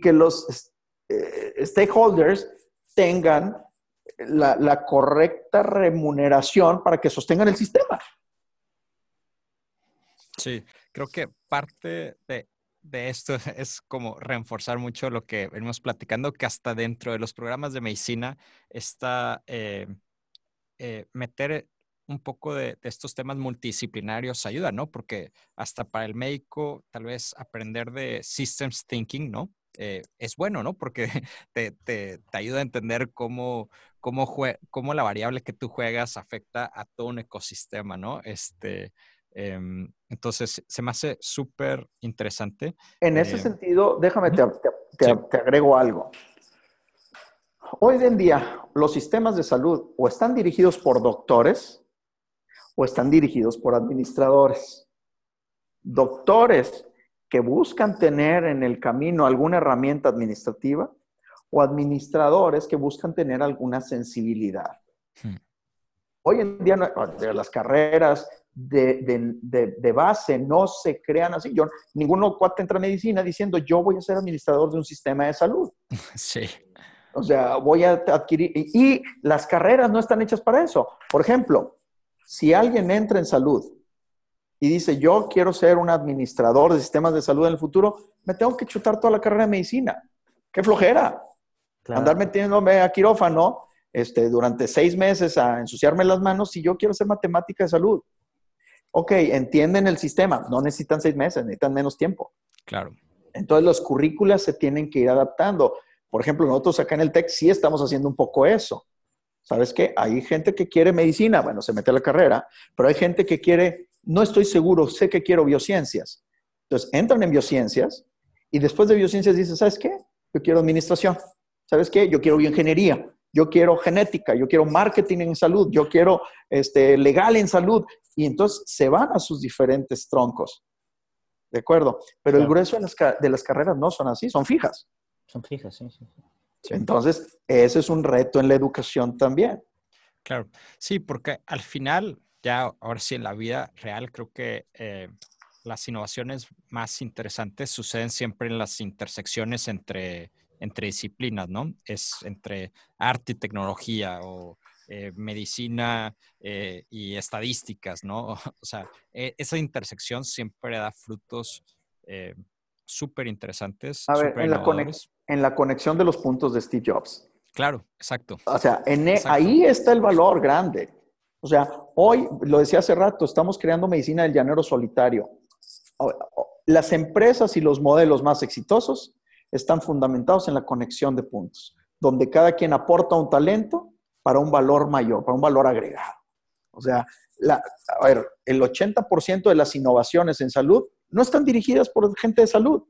Speaker 3: stakeholders tengan la correcta remuneración para que sostengan el sistema.
Speaker 4: Sí, creo que parte de esto es como reforzar mucho lo que venimos platicando, que hasta dentro de los programas de medicina está meter un poco de estos temas multidisciplinarios ayuda, ¿no? Porque hasta para el médico tal vez aprender de systems thinking, ¿no? Es bueno, ¿no? Porque te ayuda a entender cómo la variable que tú juegas afecta a todo un ecosistema, ¿no? Entonces, se me hace súper interesante.
Speaker 3: En ese sentido, déjame, te agrego algo. Hoy en día, los sistemas de salud o están dirigidos por doctores o están dirigidos por administradores. Doctores que buscan tener en el camino alguna herramienta administrativa o administradores que buscan tener alguna sensibilidad. Hoy en día, las carreras de base no se crean así. Ninguno cuate entra a medicina diciendo yo voy a ser administrador de un sistema de salud.
Speaker 4: Sí.
Speaker 3: O sea, voy a adquirir... Y las carreras no están hechas para eso. Por ejemplo, si alguien entra en salud y dice yo quiero ser un administrador de sistemas de salud en el futuro, me tengo que chutar toda la carrera de medicina. ¡Qué flojera! Claro. Andar metiéndome a quirófano durante 6 meses a ensuciarme las manos si yo quiero hacer matemática de salud. Ok, entienden el sistema. No necesitan 6 meses, necesitan menos tiempo.
Speaker 4: Claro.
Speaker 3: Entonces, los currículas se tienen que ir adaptando. Por ejemplo, nosotros acá en el TEC sí estamos haciendo un poco eso. ¿Sabes qué? Hay gente que quiere medicina, bueno, se mete a la carrera, pero hay gente que quiere, no estoy seguro, sé que quiero biociencias. Entonces, entran en biociencias y después de biociencias dicen, ¿sabes qué? Yo quiero administración. ¿Sabes qué? Yo quiero bioingeniería. Yo quiero genética, yo quiero marketing en salud, yo quiero legal en salud. Y entonces se van a sus diferentes troncos. ¿De acuerdo? Pero claro, el grueso de las carreras no son así, son fijas.
Speaker 1: Son fijas, sí.
Speaker 3: Entonces, ese es un reto en la educación también.
Speaker 4: Claro. Sí, porque al final, ya ahora sí en la vida real, creo que las innovaciones más interesantes suceden siempre en las intersecciones entre disciplinas, ¿no? Es entre arte y tecnología o medicina y estadísticas, ¿no? O sea, esa intersección siempre da frutos súper interesantes.
Speaker 3: A ver, en la conexión de los puntos de Steve Jobs.
Speaker 4: Claro, exacto.
Speaker 3: O sea, ahí está el valor grande. O sea, hoy, lo decía hace rato, estamos creando medicina del llanero solitario. Las empresas y los modelos más exitosos están fundamentados en la conexión de puntos, donde cada quien aporta un talento para un valor mayor, para un valor agregado. O sea, el 80% de las innovaciones en salud no están dirigidas por gente de salud.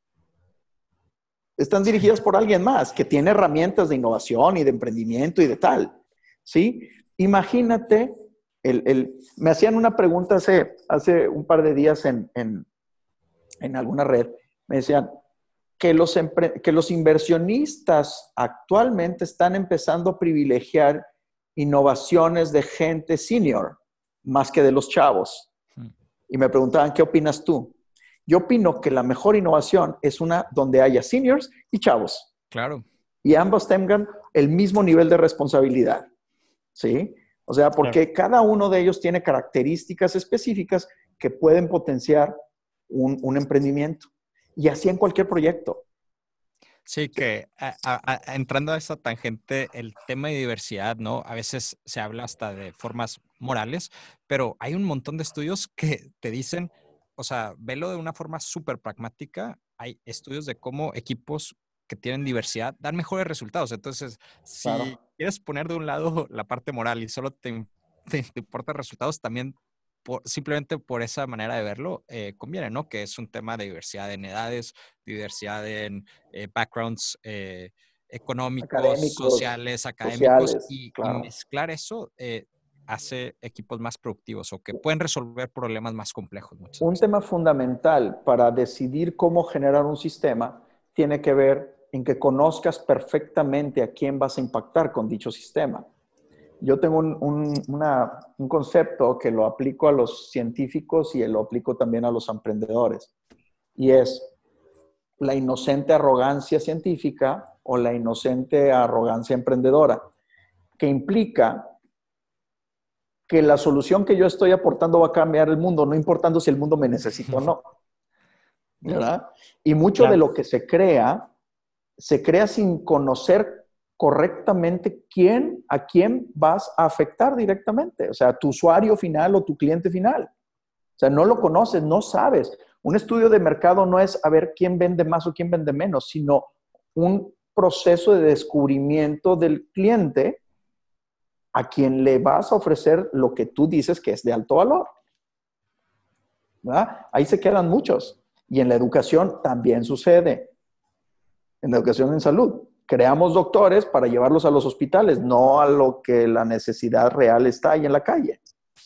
Speaker 3: Están dirigidas por alguien más que tiene herramientas de innovación y de emprendimiento y de tal, ¿sí? Imagínate, me hacían una pregunta hace un par de días en alguna red, me decían que los inversionistas actualmente están empezando a privilegiar innovaciones de gente senior más que de los chavos. Y me preguntaban, ¿qué opinas tú? Yo opino que la mejor innovación es una donde haya seniors y chavos.
Speaker 4: Claro.
Speaker 3: Y ambos tengan el mismo nivel de responsabilidad, ¿sí? O sea, porque cada uno de ellos tiene características específicas que pueden potenciar un emprendimiento. Y así en cualquier proyecto.
Speaker 4: Sí, que entrando a esa tangente, el tema de diversidad, ¿no? A veces se habla hasta de formas morales, pero hay un montón de estudios que te dicen, o sea, velo de una forma súper pragmática. Hay estudios de cómo equipos que tienen diversidad dan mejores resultados. Entonces, si quieres poner de un lado la parte moral y solo te importan resultados, también simplemente por esa manera de verlo, conviene, ¿no? Que es un tema de diversidad en edades, diversidad en backgrounds económicos, sociales, académicos, y mezclar eso hace equipos más productivos o que pueden resolver problemas más complejos.
Speaker 3: Un tema fundamental para decidir cómo generar un sistema tiene que ver en que conozcas perfectamente a quién vas a impactar con dicho sistema. Yo tengo un concepto que lo aplico a los científicos y lo aplico también a los emprendedores. Y es la inocente arrogancia científica o la inocente arrogancia emprendedora, que implica que la solución que yo estoy aportando va a cambiar el mundo, no importando si el mundo me necesita o no. ¿Verdad? Y mucho de lo que se crea sin conocer correctamente a quién vas a afectar directamente. O sea, tu usuario final o tu cliente final. O sea, no lo conoces, no sabes. Un estudio de mercado no es a ver quién vende más o quién vende menos, sino un proceso de descubrimiento del cliente a quien le vas a ofrecer lo que tú dices que es de alto valor. ¿Verdad? Ahí se quedan muchos. Y en la educación también sucede. En la educación en salud. Creamos doctores para llevarlos a los hospitales, no a lo que la necesidad real está ahí en la calle.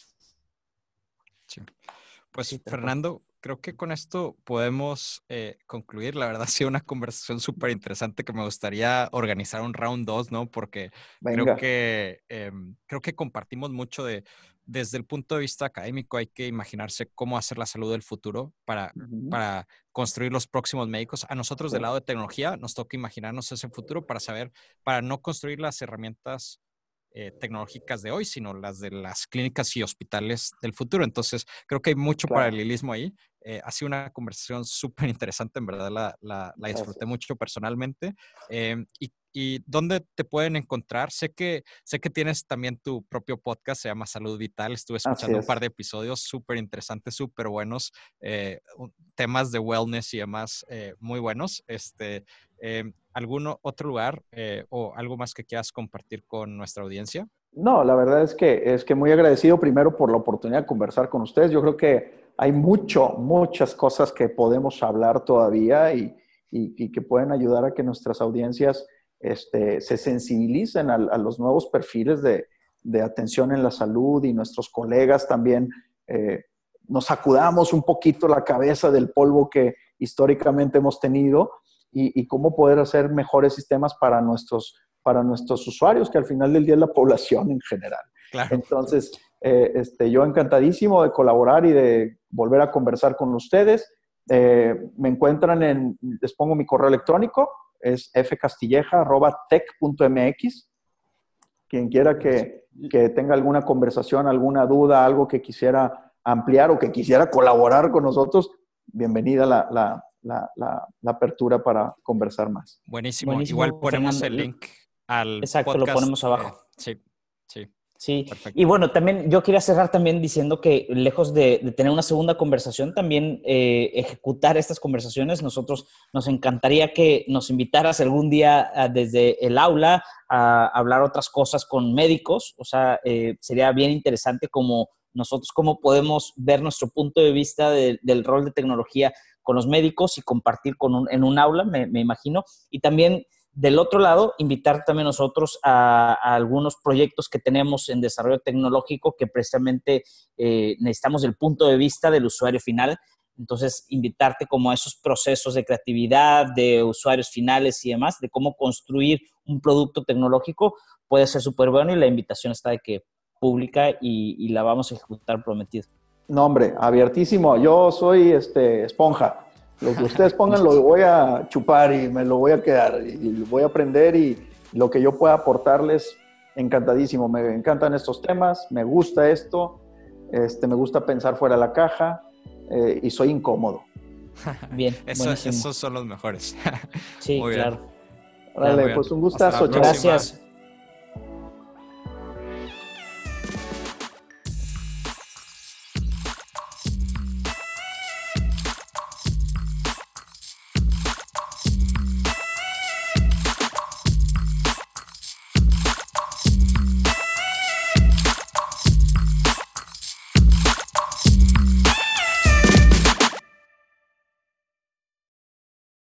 Speaker 4: Sí. Pues sí, Fernando, creo que con esto podemos concluir. La verdad ha sido una conversación súper interesante que me gustaría organizar un round 2, ¿no? Porque creo que compartimos mucho desde el punto de vista académico. Hay que imaginarse cómo hacer la salud del futuro para construir los próximos médicos. A nosotros del lado de tecnología nos toca imaginarnos ese futuro para no construir las herramientas tecnológicas de hoy, sino las de las clínicas y hospitales del futuro. Entonces, creo que hay mucho paralelismo ahí. Ha sido una conversación súper interesante, en verdad la disfruté mucho personalmente. ¿Y dónde te pueden encontrar? Sé que tienes también tu propio podcast, se llama Salud Vital. Estuve escuchando un par de episodios súper interesantes, súper buenos, temas de wellness y demás muy buenos. ¿Algún otro lugar o algo más que quieras compartir con nuestra audiencia?
Speaker 3: No, la verdad es que muy agradecido primero por la oportunidad de conversar con ustedes. Yo creo que hay muchas cosas que podemos hablar todavía y que pueden ayudar a que nuestras audiencias se sensibilicen a los nuevos perfiles de atención en la salud y nuestros colegas también nos sacudamos un poquito la cabeza del polvo que históricamente hemos tenido y cómo poder hacer mejores sistemas para nuestros usuarios, que al final del día es la población en general.
Speaker 4: Claro.
Speaker 3: Entonces, yo encantadísimo de colaborar y de volver a conversar con ustedes. Me encuentran les pongo mi correo electrónico, es fcastilleja@tech.mx. Quien quiera que tenga alguna conversación, alguna duda, algo que quisiera ampliar o que quisiera colaborar con nosotros, bienvenida la apertura para conversar más.
Speaker 4: Buenísimo. Igual ponemos Fernando, el link al
Speaker 1: exacto,
Speaker 4: podcast.
Speaker 1: Lo ponemos abajo.
Speaker 4: Sí.
Speaker 1: Sí,
Speaker 4: Perfecto.
Speaker 1: y bueno, también yo quería cerrar también diciendo que lejos de tener una segunda conversación, también ejecutar estas conversaciones, nosotros nos encantaría que nos invitaras algún día desde el aula a hablar otras cosas con médicos, o sea, sería bien interesante como nosotros cómo podemos ver nuestro punto de vista del rol de tecnología con los médicos y compartir en un aula, me imagino, y también del otro lado, invitar también nosotros a algunos proyectos que tenemos en desarrollo tecnológico que precisamente necesitamos el punto de vista del usuario final. Entonces, invitarte como a esos procesos de creatividad, de usuarios finales y demás, de cómo construir un producto tecnológico, puede ser súper bueno y la invitación está de que pública y la vamos a ejecutar prometido.
Speaker 3: No, hombre, abiertísimo. Yo soy esponja. Lo que ustedes pongan lo voy a chupar y me lo voy a quedar y voy a aprender y lo que yo pueda aportarles, encantadísimo. Me encantan estos temas, me gusta esto, me gusta pensar fuera de la caja y soy incómodo.
Speaker 1: Bien,
Speaker 4: esos son los mejores.
Speaker 1: Sí,
Speaker 4: muy bien.
Speaker 1: claro.
Speaker 3: Órale, pues un gustazo,
Speaker 1: Gracias.